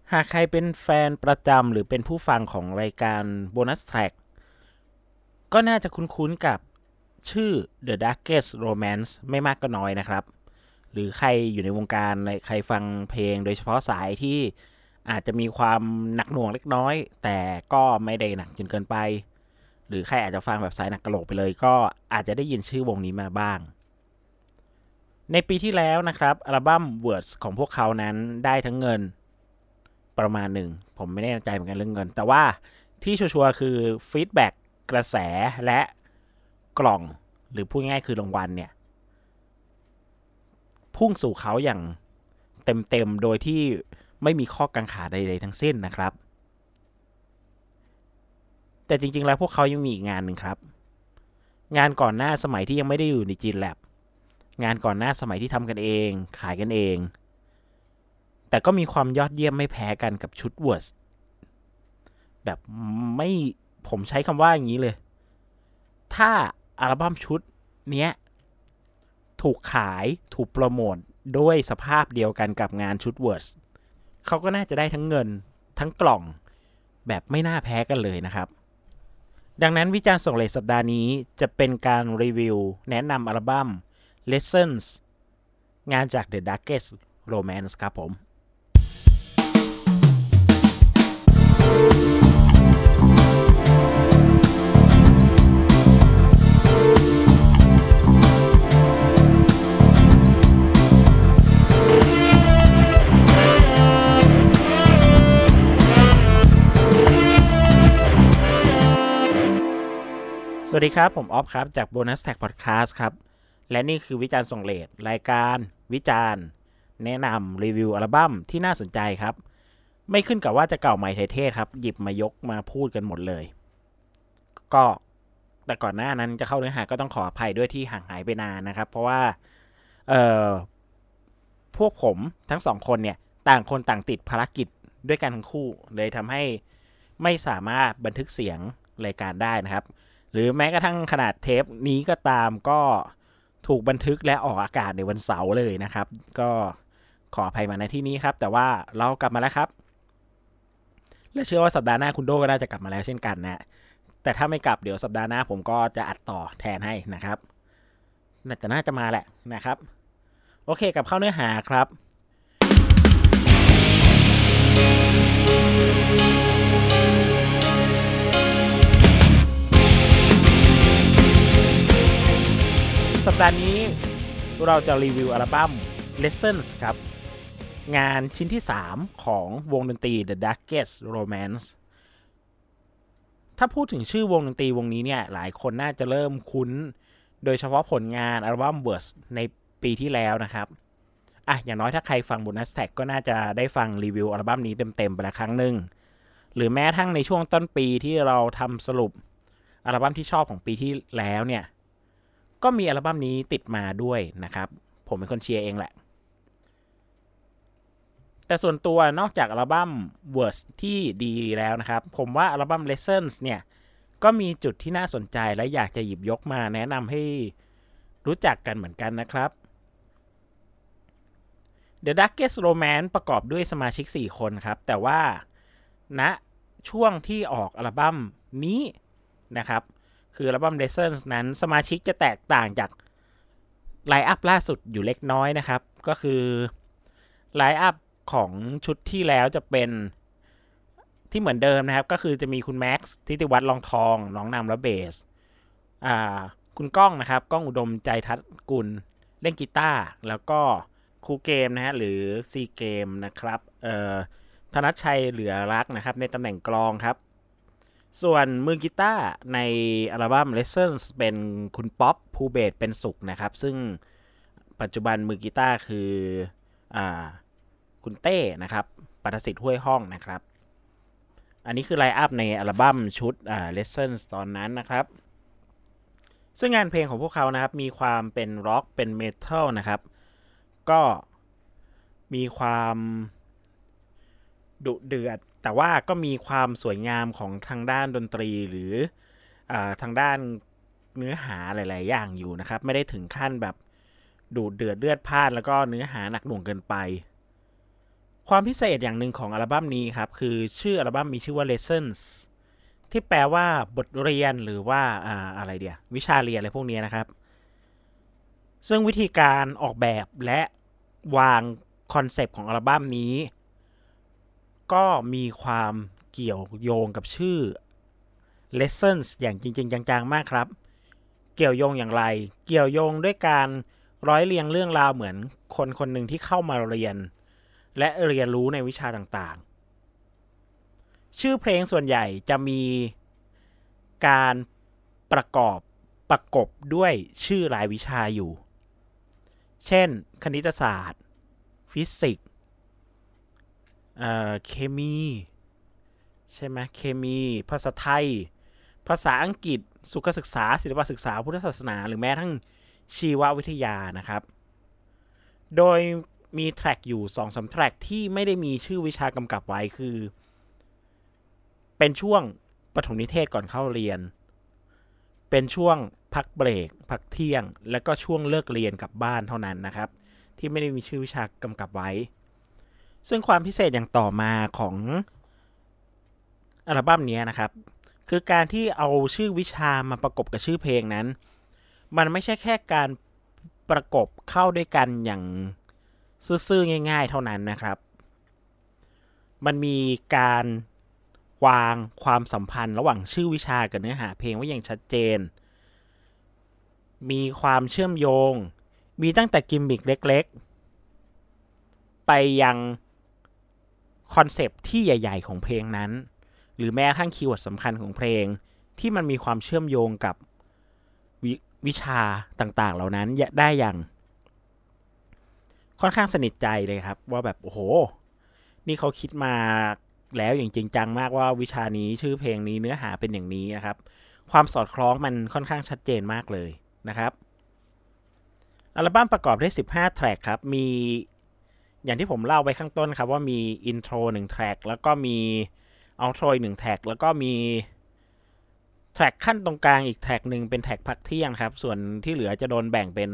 หากใครเป็นแฟนประจำหรือเป็นผู้ฟังของรายการโบนัสแทร็กก็น่าจะคุ้นๆกับชื่อ The Darkest Romance ไม่มากก็น้อยนะครับหรือใครอยู่ในวงการใครฟังเพลงโดยเฉพาะสายที่อาจจะมีความหนักหน่วงเล็กน้อยแต่ก็ไม่ได้หนักจนเกินไปหรือใครอาจจะฟังแบบสายหนักกะโหลกไปเลยก็อาจจะได้ยินชื่อวงนี้มาบ้างในปีที่แล้วนะครับอัลบั้ม Words ของพวกเขานั้นได้ทั้งเงินประมาณหนึ่งผมไม่แน่ใจเหมือนกันเรื่องเงินแต่ว่าที่ชัวร์ๆคือฟีดแบ็กกระแสและกล่องหรือพูดง่ายคือรางวัลเนี่ยพุ่งสู่เขาอย่างเต็มๆโดยที่ไม่มีข้อกังขาใดๆทั้งสิ้นนะครับแต่จริงๆแล้วพวกเขายังมีอีกงานหนึ่งครับงานก่อนหน้าสมัยที่ยังไม่ได้อยู่ในจีนแลบงานก่อนหน้าสมัยที่ทำกันเองขายกันเองแต่ก็มีความยอดเยี่ยมไม่แพ้กันกับชุด Words แบบไม่ผมใช้คำว่าอย่างนี้เลยถ้าอัลบั้มชุดเนี้ยถูกขายถูกโปรโมทด้วยสภาพเดียวกันกับงานชุด Words เขาก็น่าจะได้ทั้งเงินทั้งกล่องแบบไม่น่าแพ้กันเลยนะครับดังนั้นวิจารณ์ส่งเลทสัปดาห์นี้จะเป็นการรีวิวแนะนำอัลบั้ม Lessons งานจาก The Darkest Romance ครับผมสวัสดีครับผมออฟครับจาก Bonus Tag Podcast ครับและนี่คือวิจารณ์ส่งเลทรายการวิจารณ์แนะนำรีวิวอัลบั้มที่น่าสนใจครับไม่ขึ้นกับว่าจะเก่าใหม่ไทยเทศครับหยิบมายกมาพูดกันหมดเลยก็แต่ก่อนหน้านั้นจะเข้าเนื้อหาก็ต้องขออภัยด้วยที่ห่างหายไปนานนะครับเพราะว่าพวกผมทั้งสองคนเนี่ยต่างคนต่างติดภารกิจด้วยกันทั้งคู่เลยทำให้ไม่สามารถบันทึกเสียงรายการได้นะครับหรือแม้กระทั่งขนาดเทปนี้ก็ตามก็ถูกบันทึกและออกอากาศในวันเสาร์เลยนะครับก็ขออภัยมาในที่นี้ครับแต่ว่าเรากลับมาแล้วครับและเชื่อว่าสัปดาห์หน้าคุณโดก็น่าจะกลับมาแล้วเช่นกันนะแต่ถ้าไม่กลับเดี๋ยวสัปดาห์หน้าผมก็จะอัดต่อแทนให้นะครับแต่น่าจะมาแหละนะครับโอเคกับเข้าเนื้อหาครับสัปดาห์นี้เราจะรีวิวอัลบั้ม Lessons ครับงานชิ้นที่3ของวงดนตรี The Darkest Romance ถ้าพูดถึงชื่อวงดนตรีวงนี้เนี่ยหลายคนน่าจะเริ่มคุ้นโดยเฉพาะผลงานอัลบั้ม Words ในปีที่แล้วนะครับอย่างน้อยถ้าใครฟัง Bonus Tag ก็น่าจะได้ฟังรีวิวอัลบั้มนี้เต็มๆไปแล้วครั้งหนึ่งหรือแม้ทั้งในช่วงต้นปีที่เราทำสรุปอัลบั้มที่ชอบของปีที่แล้วเนี่ยก็มีอัลบั้มนี้ติดมาด้วยนะครับผมเป็นคนเชียร์เองแหละแต่ส่วนตัวนอกจากอัลบั้ม Words ที่ดีแล้วนะครับผมว่าอัลบั้ม Lessons เนี่ยก็มีจุดที่น่าสนใจและอยากจะหยิบยกมาแนะนำให้รู้จักกันเหมือนกันนะครับ The Darkest Romance ประกอบด้วยสมาชิก4คนครับแต่ว่าณช่วงที่ออกอัลบั้มนี้นะครับคืออัลบั้ม Lessons นั้นสมาชิกจะแตกต่างจากไลน์อัพล่าสุดอยู่เล็กน้อยนะครับก็คือไลน์อัพของชุดที่แล้วจะเป็นที่เหมือนเดิมนะครับก็คือจะมีคุณแม็กซ์ทิติวัฒน์รองทองน้องนำและเบสคุณก้องนะครับก้องอุดมใจทัศน์กุลเล่นกีตาร์แล้วก็ครูเกมนะฮะหรือซีเกมนะครับธนชัยเหลือรักนะครับในตำแหน่งกลองครับส่วนมือกีตาร์ในอัลบั้ม Lessons เป็นคุณป๊อปภูเบศเป็นสุขนะครับซึ่งปัจจุบันมือกีตาร์คือคุณเต้นะครับปฐสิทธิ์ห้วยห้องนะครับอันนี้คือไลน์อัพในอัลบั้มชุดLessons ตอนนั้นนะครับซึ่งงานเพลงของพวกเขานะครับมีความเป็นร็อกเป็นเมทัลนะครับก็มีความดุเดือดแต่ว่าก็มีความสวยงามของทางด้านดนตรีหรือทางด้านเนื้อหาหลายๆอย่างอยู่นะครับไม่ได้ถึงขั้นแบบดุเดือดเลือดพล่านแล้วก็เนื้อหาหนักหน่วงเกินไปความพิเศษอย่างหนึ่งของอัลบั้มนี้ครับคือชื่ออัลบั้มมีชื่อว่า Lessons ที่แปลว่าบทเรียนหรือว่าอะไรเดียววิชาเรียนอะไรพวกนี้นะครับซึ่งวิธีการออกแบบและวางคอนเซปต์ของอัลบั้มนี้ก็มีความเกี่ยวโยงกับชื่อ Lessons อย่างจริงๆจังๆมากครับเกี่ยวโยงอย่างไรเกี่ยวโยงด้วยการร้อยเรียงเรื่องราวเหมือนคนคนหนึ่งที่เข้ามาเรียนและเรียนรู้ในวิชาต่างๆชื่อเพลงส่วนใหญ่จะมีการประกบด้วยชื่อรายวิชาอยู่เช่นคณิตศาสตร์ฟิสิกส์เคมีใช่ไหมเคมีภาษาไทยภาษาอังกฤษสุขศึกษาศิลปศึกษาพุทธศาสนาหรือแม้ทั้งชีววิทยานะครับโดยมีแทร็กอยู่ 2-3 แทร็กที่ไม่ได้มีชื่อวิชากำกับไว้คือเป็นช่วงปฐมนิเทศก่อนเข้าเรียนเป็นช่วงพักเบรกพักเที่ยงและก็ช่วงเลิกเรียนกลับบ้านเท่านั้นนะครับที่ไม่ได้มีชื่อวิชากำกับไว้ซึ่งความพิเศษอย่างต่อมาของอัลบั้มนี้นะครับคือการที่เอาชื่อวิชามาประกบกับชื่อเพลงนั้นมันไม่ใช่แค่การประกบเข้าด้วยกันอย่างซื่อๆง่ายๆเท่านั้นนะครับมันมีการวางความสัมพันธ์ระหว่างชื่อวิชากับเนื้อหาเพลงไว้อย่างชัดเจนมีความเชื่อมโยงมีตั้งแต่กิมมิคเล็กๆไปยังคอนเซปต์ที่ใหญ่ๆของเพลงนั้นหรือแม้กระทั่งคีย์เวิร์ดสำคัญของเพลงที่มันมีความเชื่อมโยงกับวิชาต่างๆเหล่านั้นได้อย่างค่อนข้างสนิทใจเลยครับว่าแบบโอ้โหนี่เขาคิดมาแล้วอย่างจริงจังมากว่าวิชานี้ชื่อเพลงนี้เนื้อหาเป็นอย่างนี้นะครับความสอดคล้องมันค่อนข้างชัดเจนมากเลยนะครับอัลบั้มประกอบด้วย15แทร็กครับมีอย่างที่ผมเล่าไว้ข้างต้นครับว่ามีอินโทร1แทร็กแล้วก็มีเอาโทรอีก1แทร็กแล้วก็มีแทร็กขั้นตรงกลางอีกแทร็กหนึ่งเป็นแทร็กพักเที่ยงครับส่วนที่เหลือจะโดนแบ่งเป็น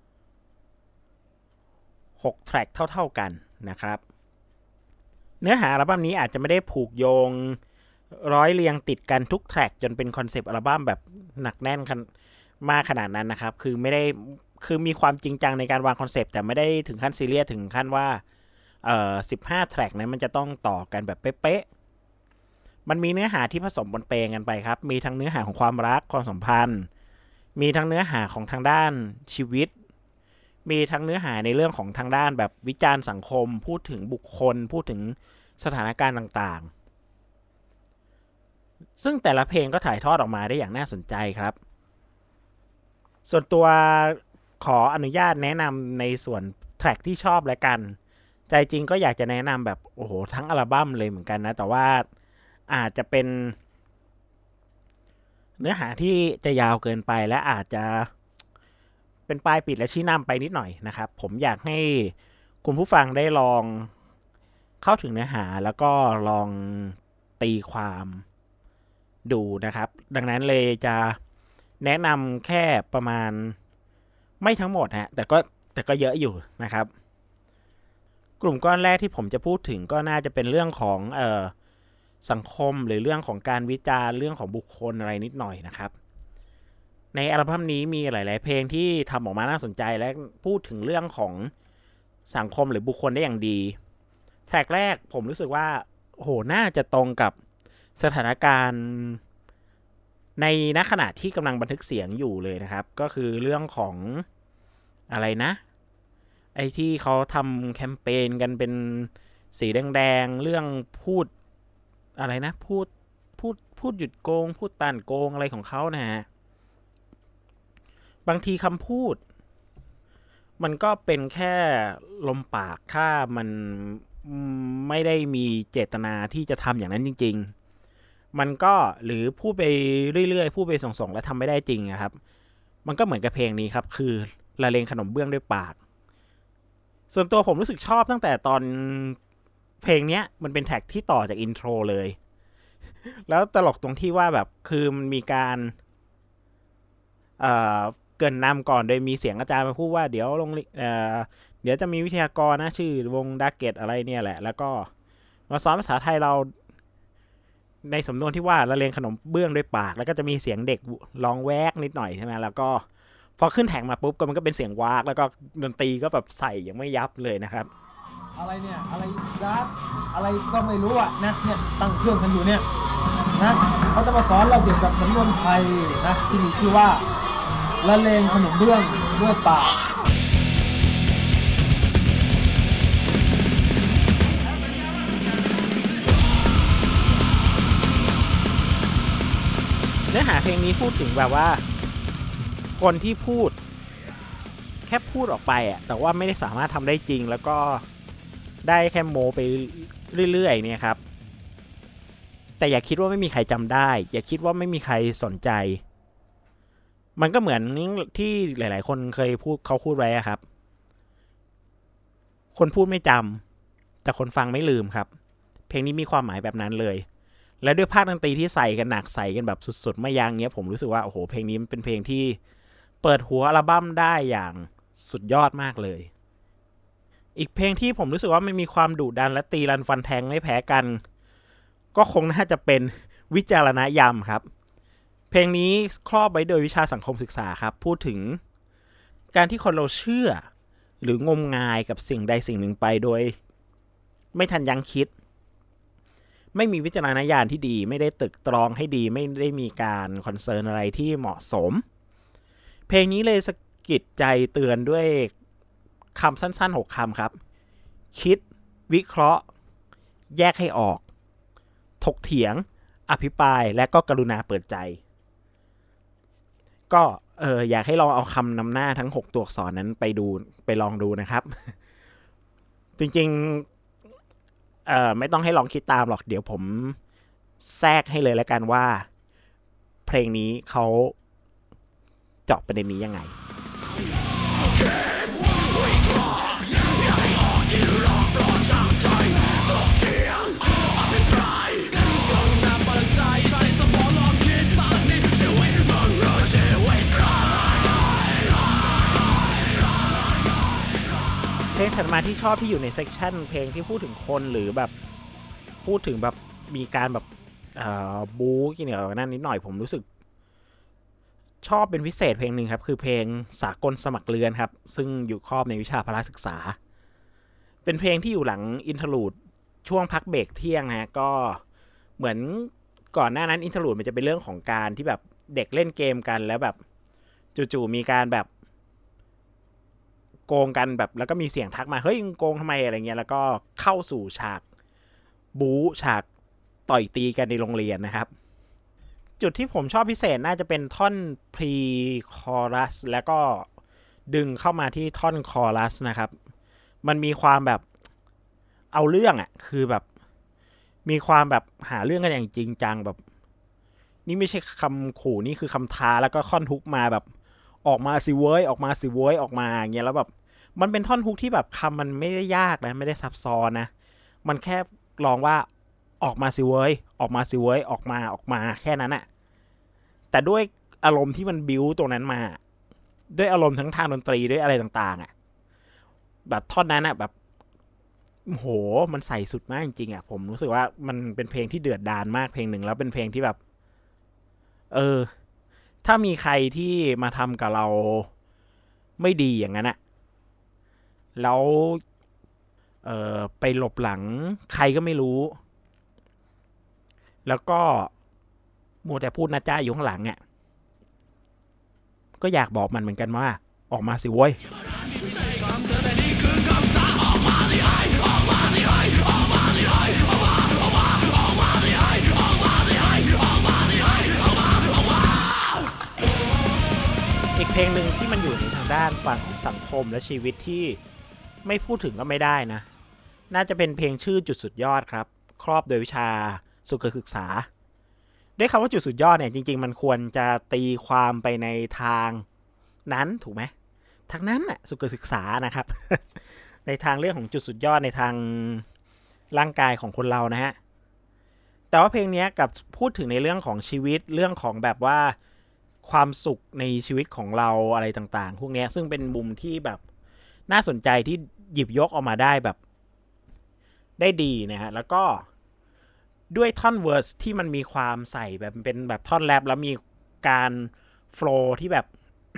6แทร็กเท่าๆกันนะครับเนื้อหาอัลบั้มนี้อาจจะไม่ได้ผูกโยงร้อยเรียงติดกันทุกแทร็กจนเป็นคอนเซปต์อัลบั้มแบบหนักแน่นมากขนาดนั้นนะครับคือไม่ได้คือมีความจริงจังในการวางคอนเซปต์แต่ไม่ได้ถึงขั้นซีเรียสถึงขั้นว่า15แทร็กนั้นมันจะต้องต่อกันแบบเป๊ะๆมันมีเนื้อหาที่ผสมปนเปกันไปครับมีทั้งเนื้อหาของความรักความสัมพันธ์มีทั้งเนื้อหาของทางด้านชีวิตมีทั้งเนื้อหาในเรื่องของทางด้านแบบวิจารณ์สังคมพูดถึงบุคคลพูดถึงสถานการณ์ต่างๆซึ่งแต่ละเพลงก็ถ่ายทอดออกมาได้อย่างน่าสนใจครับส่วนตัวขออนุญาตแนะนำในส่วนแทร็กที่ชอบและกันใจจริงก็อยากจะแนะนำแบบโอ้โหทั้งอัลบั้มเลยเหมือนกันนะแต่ว่าอาจจะเป็นเนื้อหาที่จะยาวเกินไปและอาจจะเป็นปลายปิดและชี้นำไปนิดหน่อยนะครับผมอยากให้คุณผู้ฟังได้ลองเข้าถึงเนื้อหาแล้วก็ลองตีความดูนะครับดังนั้นเลยจะแนะนำแค่ประมาณไม่ทั้งหมดฮะแต่ก็เยอะอยู่นะครับกลุ่มก้อนแรกที่ผมจะพูดถึงก็น่าจะเป็นเรื่องของสังคมหรือเรื่องของการวิจารณ์เรื่องของบุคคลอะไรนิดหน่อยนะครับในอัลบั้มนี้มีหลายๆเพลงที่ทำออกมาน่าสนใจและพูดถึงเรื่องของสังคมหรือบุคคลได้อย่างดีแทร็กแรกผมรู้สึกว่าโหน่าจะตรงกับสถานการณ์ในณขณะที่กำลังบันทึกเสียงอยู่เลยนะครับก็คือเรื่องของอะไรนะไอ้ที่เขาทำแคมเปญกันเป็นสีแดงๆเรื่องพูดอะไรนะพูดหยุดโกงพูดต้านโกงอะไรของเขานะฮะบางทีคำพูดมันก็เป็นแค่ลมปากถ้ามันไม่ได้มีเจตนาที่จะทำอย่างนั้นจริงๆมันก็หรือพูดไปเรื่อยๆพูดไปส่งๆแล้วทำไม่ได้จริงครับมันก็เหมือนกับเพลงนี้ครับคือละเลงขนมเบื้องด้วยปากส่วนตัวผมรู้สึกชอบตั้งแต่ตอนเพลงนี้มันเป็นแท็กที่ต่อจากอินโทรเลยแล้วตลกตรงที่ว่าแบบคือมันมีการเกินนำก่อนโดยมีเสียงอาจารย์มาพูดว่าเดี๋ยวเดี๋ยวจะมีวิทยากรนะชื่อวงดาร์เก็ตอะไรเนี่ยแหละแล้วก็มาสอนภาษาไทยเราในสำนวนที่ว่าละเลงขนมเบื้องด้วยปากแล้วก็จะมีเสียงเด็กร้องแวกนิดหน่อยใช่ไหมแล้วก็พอขึ้นแท็กมาปุ๊บก็มันก็เป็นเสียงวากแล้วก็ดนตรีก็แบบใส่ยังไม่ยับเลยนะครับอะไรเนี่ยอะไรดับอะไรก็ไม่รู้อ่ะนะเนี่ยตั้งเครื่องกันอยู่เนี่ยนะเขาจะมาสอนเราเกี่ยวกับสำนวนไทยนะที่มีชื่อว่าละเลงขนมเบื้องด้วยปากเนื้อหาเพลงนี้พูดถึงแบบว่าคนที่พูดแค่พูดออกไปอ่ะแต่ว่าไม่ได้สามารถทำได้จริงแล้วก็ได้แค่โมไปเรื่อยๆเนี่ยครับแต่อย่าคิดว่าไม่มีใครจำได้อย่าคิดว่าไม่มีใครสนใจมันก็เหมือนที่หลายๆคนเคยพูดเขาพูดไว้ครับคนพูดไม่จำแต่คนฟังไม่ลืมครับเพลงนี้มีความหมายแบบนั้นเลยและด้วยภาคดนตรีที่ใส่กันหนักใส่กันแบบสุดๆไม่ยั้งเงี้ยผมรู้สึกว่าโอ้โหเพลงนี้มันเป็นเพลงที่เปิดหัวอัลบั้มได้อย่างสุดยอดมากเลยอีกเพลงที่ผมรู้สึกว่ามันมีความดุดันและตีรันฟันแทงไม่แพ้กันก็คงน่าจะเป็นวิจารณญาณครับเพลงนี้ครอบไว้โดยวิชาสังคมศึกษาครับพูดถึงการที่คนเราเชื่อหรืองมงายกับสิ่งใดสิ่งหนึ่งไปโดยไม่ทันยั้งคิดไม่มีวิจารณญาณที่ดีไม่ได้ตึกตรองให้ดีไม่ได้มีการคอนเซิร์นอะไรที่เหมาะสมเพลงนี้เลยสะกิดใจเตือนด้วยคำสั้นๆ6คำครับคิดวิเคราะห์แยกให้ออกถกเถียงอภิปรายและก็กรุณาเปิดใจก็อยากให้ลองเอาคำนำหน้าทั้ง6ตัวอักษรนั้นไปลองดูนะครับจริงๆไม่ต้องให้ลองคิดตามหรอกเดี๋ยวผมแทรกให้เลยแล้วกันว่าเพลงนี้เขาเจาะประเด็นนี้ยังไงเพลงถัดมาที่ชอบที่อยู่ในเซกชันเพลงที่พูดถึงคนหรือแบบพูดถึงแบบมีการแบบบู๊กี่เหนียวนั่นนิดหน่อยผมรู้สึกชอบเป็นพิเศษเพลงหนึ่งครับคือเพลงสากลสมัครเรือนครับซึ่งอยู่ครอบในวิชาพละศึกษาเป็นเพลงที่อยู่หลังอินเทอร์ลูดช่วงพักเบรกเที่ยงฮะก็เหมือนก่อนหน้านั้นอินเทอร์ลูดมันจะเป็นเรื่องของการที่แบบเด็กเล่นเกมกันแล้วแบบจู่ๆมีการแบบโกงกันแบบแล้วก็มีเสียงทักมาเฮ้ยโกงทำไมอะไรเงี้ยแล้วก็เข้าสู่ฉากบู๊ฉากต่อยตีกันในโรงเรียนนะครับจุดที่ผมชอบพิเศษน่าจะเป็นท่อนพรีคอรัสแล้วก็ดึงเข้ามาที่ท่อนคอรัสนะครับมันมีความแบบเอาเรื่องอ่ะคือแบบมีความแบบหาเรื่องกันอย่างจริงจังแบบนี่ไม่ใช่คำขู่นี่คือคำท้าแล้วก็ค่อนฮุกมาแบบออกมาสิเว้ยออกมาสิเว้ยออกมาอย่างเงี้ยแล้วแบบมันเป็นท่อนฮุกที่แบบคำมันไม่ได้ยากนะไม่ได้ซับซ้อนนะมันแค่ลองว่าออกมาสิเว้ยออกมาสิเว้ยออกมาแค่นั้นอะแต่ด้วยอารมณ์ที่มันบิ้วตรงนั้นมาด้วยอารมณ์ทั้งทางดนตรีด้วยอะไรต่างๆอะแบบท่อนนั้นอะแบบโหมันใส่สุดมากจริงๆอะผมรู้สึกว่ามันเป็นเพลงที่เดือดดาลมากเพลงหนึ่งแล้วเป็นเพลงที่แบบถ้ามีใครที่มาทำกับเราไม่ดีอย่างนั้นอะแล้วไปหลบหลังใครก็ไม่รู้แล้วก็มัวแต่พูดนะจ้าอยู่ข้างหลังเนี่ยก็อยากบอกมันเหมือนกันว่าออกมาสิเว้ยอีกเพลงหนึ่งที่มันอยู่ในทางด้านฝั่งของสังคมและชีวิตที่ไม่พูดถึงก็ไม่ได้นะน่าจะเป็นเพลงชื่อจุดสุดยอดครับครอบโดยวิชาสุขศึกษาด้วยคำว่าจุดสุดยอดเนี่ยจริงๆมันควรจะตีความไปในทางนั้นถูกไหมทางนั้นน่ะสุขศึกษานะครับ ในทางเรื่องของจุดสุดยอดในทางร่างกายของคนเรานะฮะแต่ว่าเพลงนี้กับพูดถึงในเรื่องของชีวิตเรื่องของแบบว่าความสุขในชีวิตของเราอะไรต่างๆพวกนี้ซึ่งเป็นมุมที่แบบน่าสนใจที่หยิบยกออกมาได้แบบได้ดีนะฮะแล้วก็ด้วยท่อนเวิร์สที่มันมีความใส่แบบเป็นแบบท่อนแรปแล้วมีการโฟลว์ที่แบบ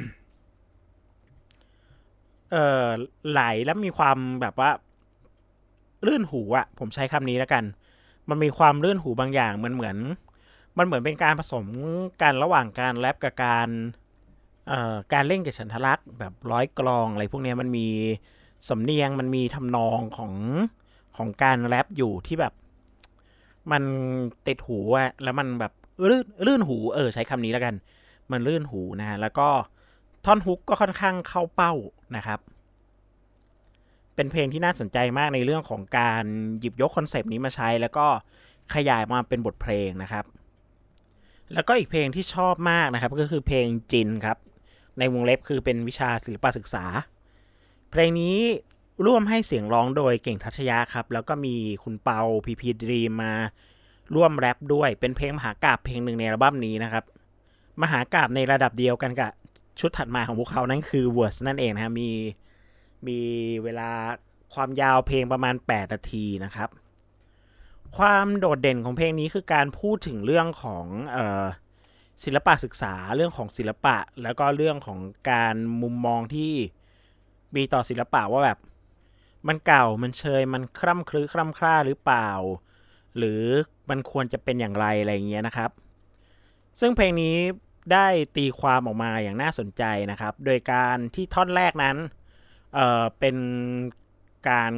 ไหลแล้วมีความแบบว่าลื่นหูอะผมใช้คำนี้แล้วกันมันมีความลื่นหูบางอย่างมันเหมือนเป็นการผสมกันระหว่างการแรปกับการเล่นกับฉันทลักษณ์แบบร้อยกลองอะไรพวกนี้มันมีสำเนียงมันมีทำนองของการแรปอยู่ที่แบบมันติดหูอะแล้วมันแบบลื่นหูใช้คำนี้แล้วกันมันลื่นหูนะฮะแล้วก็ท่อนฮุกก็ค่อนข้างเข้าเป้านะครับเป็นเพลงที่น่าสนใจมากในเรื่องของการหยิบยกคอนเซปต์นี้มาใช้แล้วก็ขยายมาเป็นบทเพลงนะครับแล้วก็อีกเพลงที่ชอบมากนะครับก็คือเพลงจินครับในวงเล็บคือเป็นวิชาศิลปศึกษาเพลงนี้ร่วมให้เสียงร้องโดยเก่งทัชยะครับแล้วก็มีคุณเปาพีพีดรีมมาร่วมแรปด้วยเป็นเพลงมหากาพย์เพลงหนึ่งในอัลบั้มนี้นะครับมหากาพย์ในระดับเดียวกันกับชุดถัดมาของพวกเขานั่นคือ Words นั่นเองนะมีเวลาความยาวเพลงประมาณ8นาทีนะครับความโดดเด่นของเพลงนี้คือการพูดถึงเรื่องของศิลปะศึกษาเรื่องของศิลปะแล้วก็เรื่องของการมุมมองที่มีต่อศิลปะว่าแบบมันเก่ามันเชยมันคร่ำคร่าหรือเปล่าหรือมันควรจะเป็นอย่างไรอะไรอย่างเงี้ยนะครับซึ่งเพลงนี้ได้ตีความออกมาอย่างน่าสนใจนะครับโดยการที่ท่อนแรกนั้นเป็นการ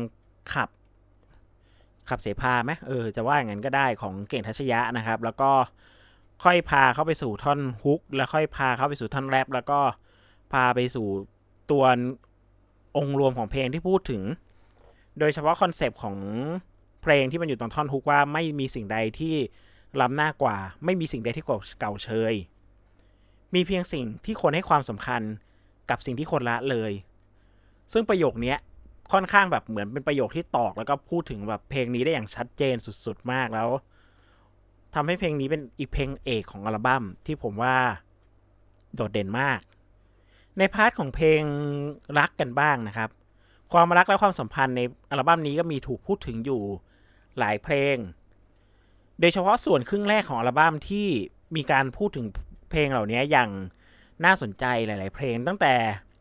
ขับเสพาไหมจะว่าอย่างนั้นก็ได้ของเก่งทัชยะนะครับแล้วก็ค่อยพาเข้าไปสู่ท่อนฮุกแล้วค่อยพาเข้าไปสู่ท่อนแรปแล้วก็พาไปสู่ตัวองค์รวมของเพลงที่พูดถึงโดยเฉพาะคอนเซปต์ของเพลงที่มันอยู่ตรงท่อนฮุกว่าไม่มีสิ่งใดที่ล้ำหน้ากว่าไม่มีสิ่งใดที่เก่าเชยมีเพียงสิ่งที่คนให้ความสำคัญกับสิ่งที่คนละเลยซึ่งประโยคนี้ค่อนข้างแบบเหมือนเป็นประโยคที่ตอกแล้วก็พูดถึงแบบเพลงนี้ได้อย่างชัดเจนสุดๆมากแล้วทำให้เพลงนี้เป็นอีกเพลงเอกของอัลบั้มที่ผมว่าโดดเด่นมากในพาร์ทของเพลงรักกันบ้างนะครับความรักและความสัมพันธ์ในอัลบั้มนี้ก็มีถูกพูดถึงอยู่หลายเพลงโดยเฉพาะส่วนครึ่งแรกของอัลบั้มที่มีการพูดถึงเพลงเหล่านี้อย่างน่าสนใจหลายๆเพลงตั้งแต่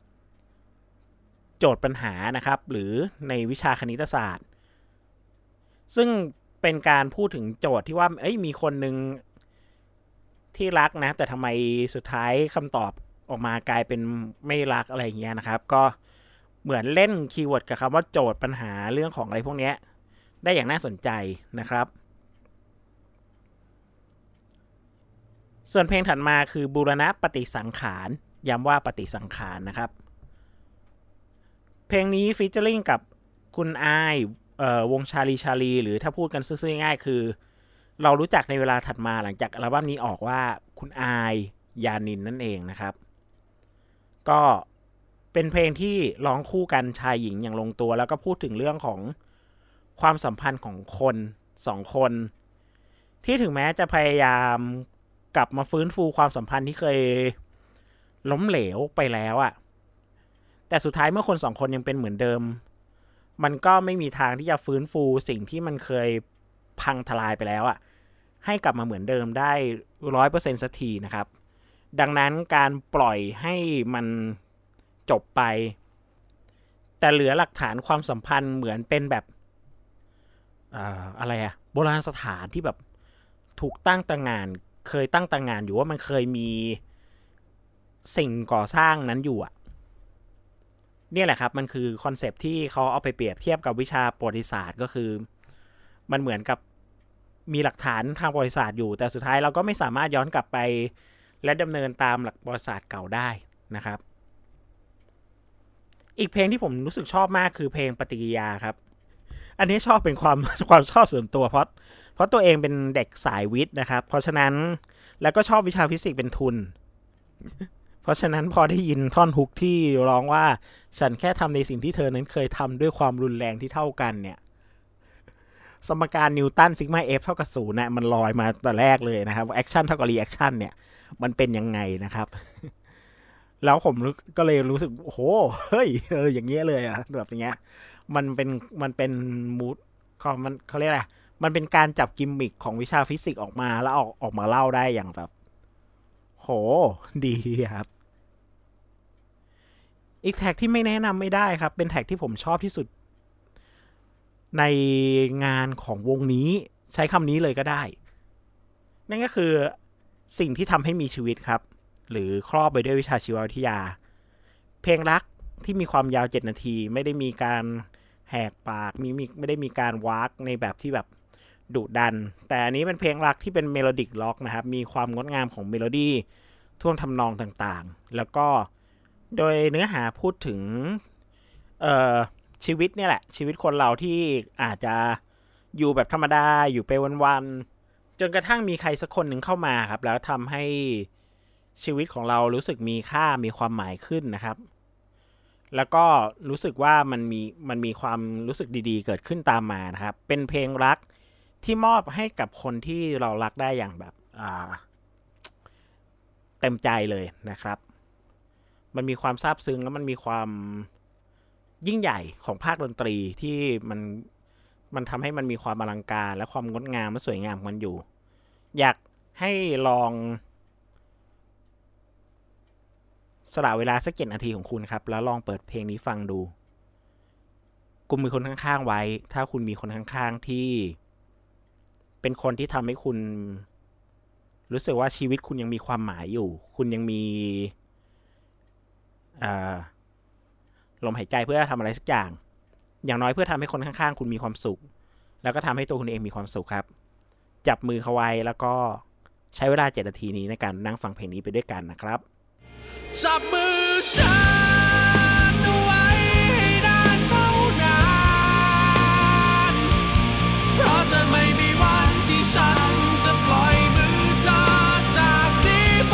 โจทย์ปัญหานะครับหรือในวิชาคณิตศาสตร์ซึ่งเป็นการพูดถึงโจทย์ที่ว่ามีคนหนึ่งที่รักนะแต่ทำไมสุดท้ายคำตอบออกมากลายเป็นไม่รักอะไรอย่างเงี้ยนะครับก็เหมือนเล่นคีย์เวิร์ดกับคำว่าโจทย์ปัญหาเรื่องของอะไรพวกนี้ได้อย่างน่าสนใจนะครับส่วนเพลงถัดมาคือบูรณะปฏิสังขารย้ำว่าปฏิสังขารนะครับเพลงนี้ฟีเจอริ่งกับคุณอายวงชาลีหรือถ้าพูดกันซื่อๆง่ายๆคือเรารู้จักในเวลาถัดมาหลังจากอัลบั้มนี้ออกว่าคุณอายยานินนั่นเองนะครับก็เป็นเพลงที่ร้องคู่กันชายหญิงอย่างลงตัวแล้วก็พูดถึงเรื่องของความสัมพันธ์ของคน2คนที่ถึงแม้จะพยายามกลับมาฟื้นฟูความสัมพันธ์ที่เคยล้มเหลวไปแล้วอะแต่สุดท้ายเมื่อคน2คนยังเป็นเหมือนเดิมมันก็ไม่มีทางที่จะฟื้นฟูสิ่งที่มันเคยพังทลายไปแล้วอะให้กลับมาเหมือนเดิมได้ 100% สักทีนะครับดังนั้นการปล่อยให้มันจบไปแต่เหลือหลักฐานความสัมพันธ์เหมือนเป็นแบบอะไรอะโบราณสถานที่แบบถูกตั้งตระหง่านเคยตั้งตระหง่านอยู่ว่ามันเคยมีสิ่งก่อสร้างนั้นอยู่อะเนี่ยแหละครับมันคือคอนเซปต์ที่เขาเอาไปเปรียบเทียบกับวิชาประวัติศาสตร์ก็คือมันเหมือนกับมีหลักฐานทางประวัติศาสตร์อยู่แต่สุดท้ายเราก็ไม่สามารถย้อนกลับไปและดำเนินตามหลักประวัติศาสตร์เก่าได้นะครับอีกเพลงที่ผมรู้สึกชอบมากคือเพลงปฏิกิริยาครับอันนี้ชอบเป็นความชอบส่วนตัวเพราะตัวเองเป็นเด็กสายวิทย์นะครับเพราะฉะนั้นแล้วก็ชอบวิชาฟิสิกส์เป็นทุนเพราะฉะนั้นพอได้ยินท่อนฮุกที่ร้องว่าฉันแค่ทำในสิ่งที่เธอนั้นเคยทำด้วยความรุนแรงที่เท่ากันเนี่ยสมการนิวตันซิกมา F เท่ากับ0เนี่ยมันลอยมาแต่แรกเลยนะครับแอคชั่นเท่ากับรีแอคชั่นเนี่ยมันเป็นยังไงนะครับแล้วผมก็เลยรู้สึกโอ้โหเฮ้ยอย่างเงี้ยเลยอะแบบอย่างเงี้ยมันเป็นมูดเขาเรียกอะไรมันเป็นการจับกิมมิคของวิชาฟิสิกส์ออกมาแล้วออกมาเล่าได้อย่างแบบโหดีครับอีกแท็กที่ไม่แนะนำไม่ได้ครับเป็นแท็กที่ผมชอบที่สุดในงานของวงนี้ใช้คำนี้เลยก็ได้นั่นก็คือสิ่งที่ทำให้มีชีวิตครับหรือครอบไปด้วยวิชาชีววิทยาเพลงรักที่มีความยาว7 นาทีไม่ได้มีการแหกปากไม่ได้มีการวากในแบบที่แบบดุดันแต่อันนี้เป็นเพลงรักที่เป็นเมโลดิกล็อกนะครับมีความงดงามของเมโลดี้ท่วงทำนองต่างๆแล้วก็โดยเนื้อหาพูดถึงชีวิตเนี่ยแหละชีวิตคนเราที่อาจจะอยู่แบบธรรมดาอยู่ไปวันๆจนกระทั่งมีใครสักคนหนึ่งเข้ามาครับแล้วทำให้ชีวิตของเรารู้สึกมีค่ามีความหมายขึ้นนะครับแล้วก็รู้สึกว่ามันมีความรู้สึกดีๆเกิดขึ้นตามมานะครับเป็นเพลงรักที่มอบให้กับคนที่เรารักได้อย่างแบบเต็มใจเลยนะครับมันมีความซาบซึ้งแล้วมันมีความยิ่งใหญ่ของภาคดนตรีที่มันทำให้มันมีความอลังการและความงดงามและสวยงามของมันอยู่อยากให้ลองสละเวลาสัก7 นาทีของคุณครับแล้วลองเปิดเพลงนี้ฟังดูกุมมือคนข้างๆไว้ถ้าคุณมีคนข้างๆที่เป็นคนที่ทำให้คุณรู้สึกว่าชีวิตคุณยังมีความหมายอยู่คุณยังมีลมหายใจเพื่อทำอะไรสักอย่างน้อยเพื่อทำให้คนข้างๆคุณมีความสุขแล้วก็ทำให้ตัวคุณเองมีความสุขครับจับมือเขาไว้แล้วก็ใช้เวลา7 นาทีนี้ในการนั่งฟังเพลงนี้ไปด้วยกันนะครับจับมือฉันเอาไว้ให้นานเท่านานเพราะจะไม่มีวันที่ฉันจะปล่อยมือเธอจากนี้ไป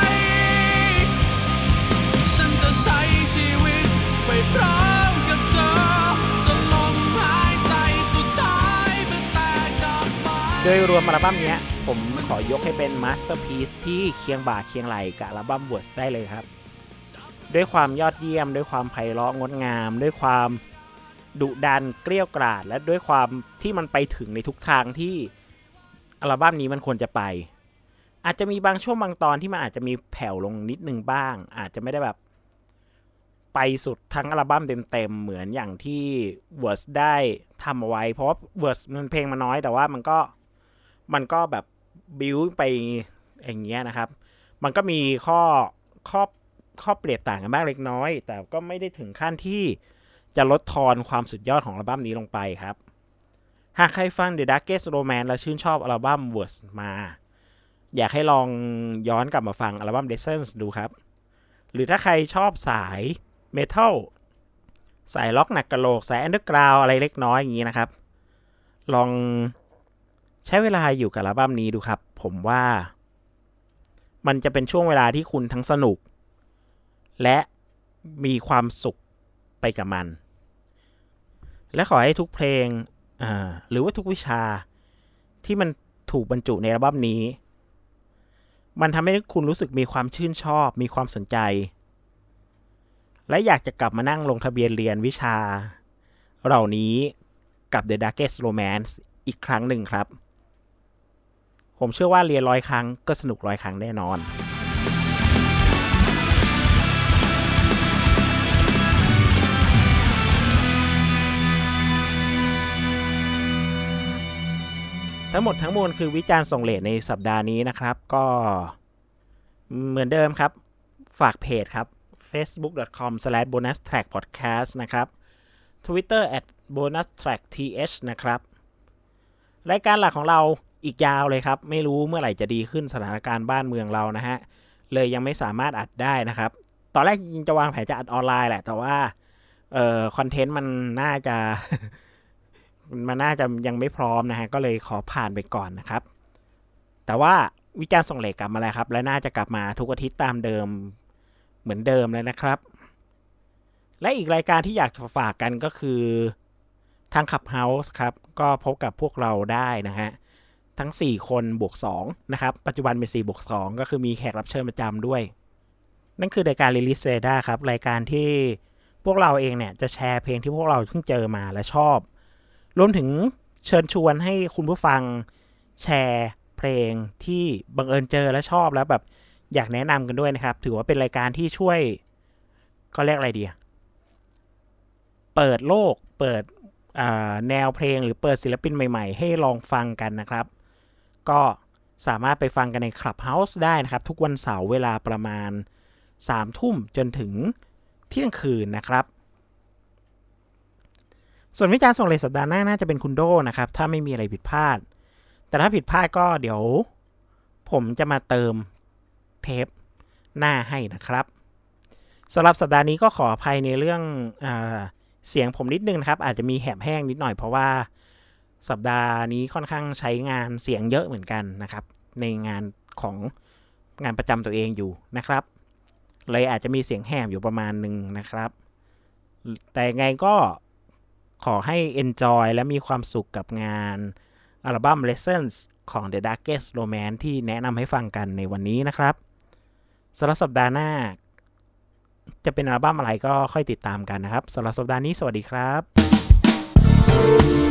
ฉันจะใช้ชีวิตไปพร้อมกับเธอจนลมหายใจสุดท้ายมันแตกดับไปโดยรวมอัลบั้มนี้ผมขอยกให้เป็นมาสเตอร์พีซที่เคียงบ่าเคียงไหลกับอัลบั้ม Words ได้เลยครับด้วยความยอดเยี่ยมด้วยความไพเราะงดงามด้วยความดุดันเกรี้ยวกราดและด้วยความที่มันไปถึงในทุกทางที่อัลบั้มนี้มันควรจะไปอาจจะมีบางช่วงบางตอนที่มันอาจจะมีแผ่วลงนิดนึงบ้างอาจจะไม่ได้แบบไปสุดทั้งอัลบั้มเต็มๆเหมือนอย่างที่ Words ได้ทำเอาไว้เพราะว่า Words มันเพลงมันน้อยแต่ว่ามันก็แบบบิวไปอย่างเงี้ยนะครับมันก็มีข้อเปรียบต่างกันบ้างเล็กน้อยแต่ก็ไม่ได้ถึงขั้นที่จะลดทอนความสุดยอดของอัลบั้มนี้ลงไปครับหากใครฟัง The Darkest Romance แล้วชื่นชอบอัลบั้ม Words มาอยากให้ลองย้อนกลับมาฟังอัลบั้ม Distance ดูครับหรือถ้าใครชอบสายเมทัลสายล็อกหนักกะโหลกสายอันเดอร์กราวด์อะไรเล็กน้อยอย่างนี้นะครับลองใช้เวลาอยู่กับอัลบั้มนี้ดูครับผมว่ามันจะเป็นช่วงเวลาที่คุณทั้งสนุกและมีความสุขไปกับมันและขอให้ทุกเพลงหรือว่าทุกวิชาที่มันถูกบรรจุในอัลบั้มนี้มันทำให้คุณรู้สึกมีความชื่นชอบมีความสนใจและอยากจะกลับมานั่งลงทะเบียนเรียนวิชาเหล่านี้กับ The Darkest Romance อีกครั้งหนึ่งครับผมเชื่อว่าเรียน100 ครั้งก็สนุก100 ครั้งแน่นอนทั้งหมดทั้งมวลคือวิจารณ์ส่งเรทในสัปดาห์นี้นะครับก็เหมือนเดิมครับฝากเพจครับ facebook.com/bonustrackpodcast นะครับ Twitter @bonustrackth นะครับรายการหลักของเราอีกยาวเลยครับไม่รู้เมื่อไหร่จะดีขึ้นสถานการณ์บ้านเมืองเรานะฮะเลยยังไม่สามารถอัดได้นะครับตอนแรกจริงจะวางแผนจะอัดออนไลน์แหละแต่ว่าคอนเทนต์มันน่าจะยังไม่พร้อมนะฮะก็เลยขอผ่านไปก่อนนะครับแต่ว่าวิจารณ์ส่งเรทกลับมาแล้วครับและน่าจะกลับมาทุกอาทิตย์ตามเดิมเหมือนเดิมเลยนะครับและอีกรายการที่อยากจะฝากกันก็คือทาง Clubhouse ครับก็พบกับพวกเราได้นะฮะทั้ง4 คนบวก2นะครับปัจจุบันเป็น4 บวก 2ก็คือมีแขกรับเชิญประจำด้วยนั่นคือรายการ Release Radar ครับรายการที่พวกเราเองเนี่ยจะแชร์เพลงที่พวกเราเพิ่งเจอมาและชอบรวมถึงเชิญชวนให้คุณผู้ฟังแชร์เพลงที่บังเอิญเจอและชอบแล้วแบบอยากแนะนำกันด้วยนะครับถือว่าเป็นรายการที่ช่วยก็เรียกอะไรดีเปิดโลกเปิดแนวเพลงหรือเปิดศิลปินใหม่ๆให้ลองฟังกันนะครับก็สามารถไปฟังกันใน Clubhouse ได้นะครับทุกวันเสาร์เวลาประมาณ 3 ทุ่มจนถึงเที่ยงคืนนะครับส่วนวิจารณ์ส่งเลทสัปดาห์หน้าน่าจะเป็นคุณโดนะครับถ้าไม่มีอะไรผิดพลาดแต่ถ้าผิดพลาดก็เดี๋ยวผมจะมาเติมเทปหน้าให้นะครับสำหรับสัปดาห์นี้ก็ขออภัยในเรื่องเสียงผมนิดนึงนะครับอาจจะมีแหบแห้งนิดหน่อยเพราะว่าสัปดาห์นี้ค่อนข้างใช้งานเสียงเยอะเหมือนกันนะครับในงานของงานประจำตัวเองอยู่นะครับเลยอาจจะมีเสียงแหบอยู่ประมาณนึงนะครับแต่ไงก็ขอให้ enjoy และมีความสุขกับงานอัลบั้ม Lessons ของ The Darkest Romance ที่แนะนำให้ฟังกันในวันนี้นะครับสำหรับสัปดาห์หน้าจะเป็นอัลบั้มอะไรก็ค่อยติดตามกันนะครับสำหรับสัปดาห์นี้สวัสดีครับ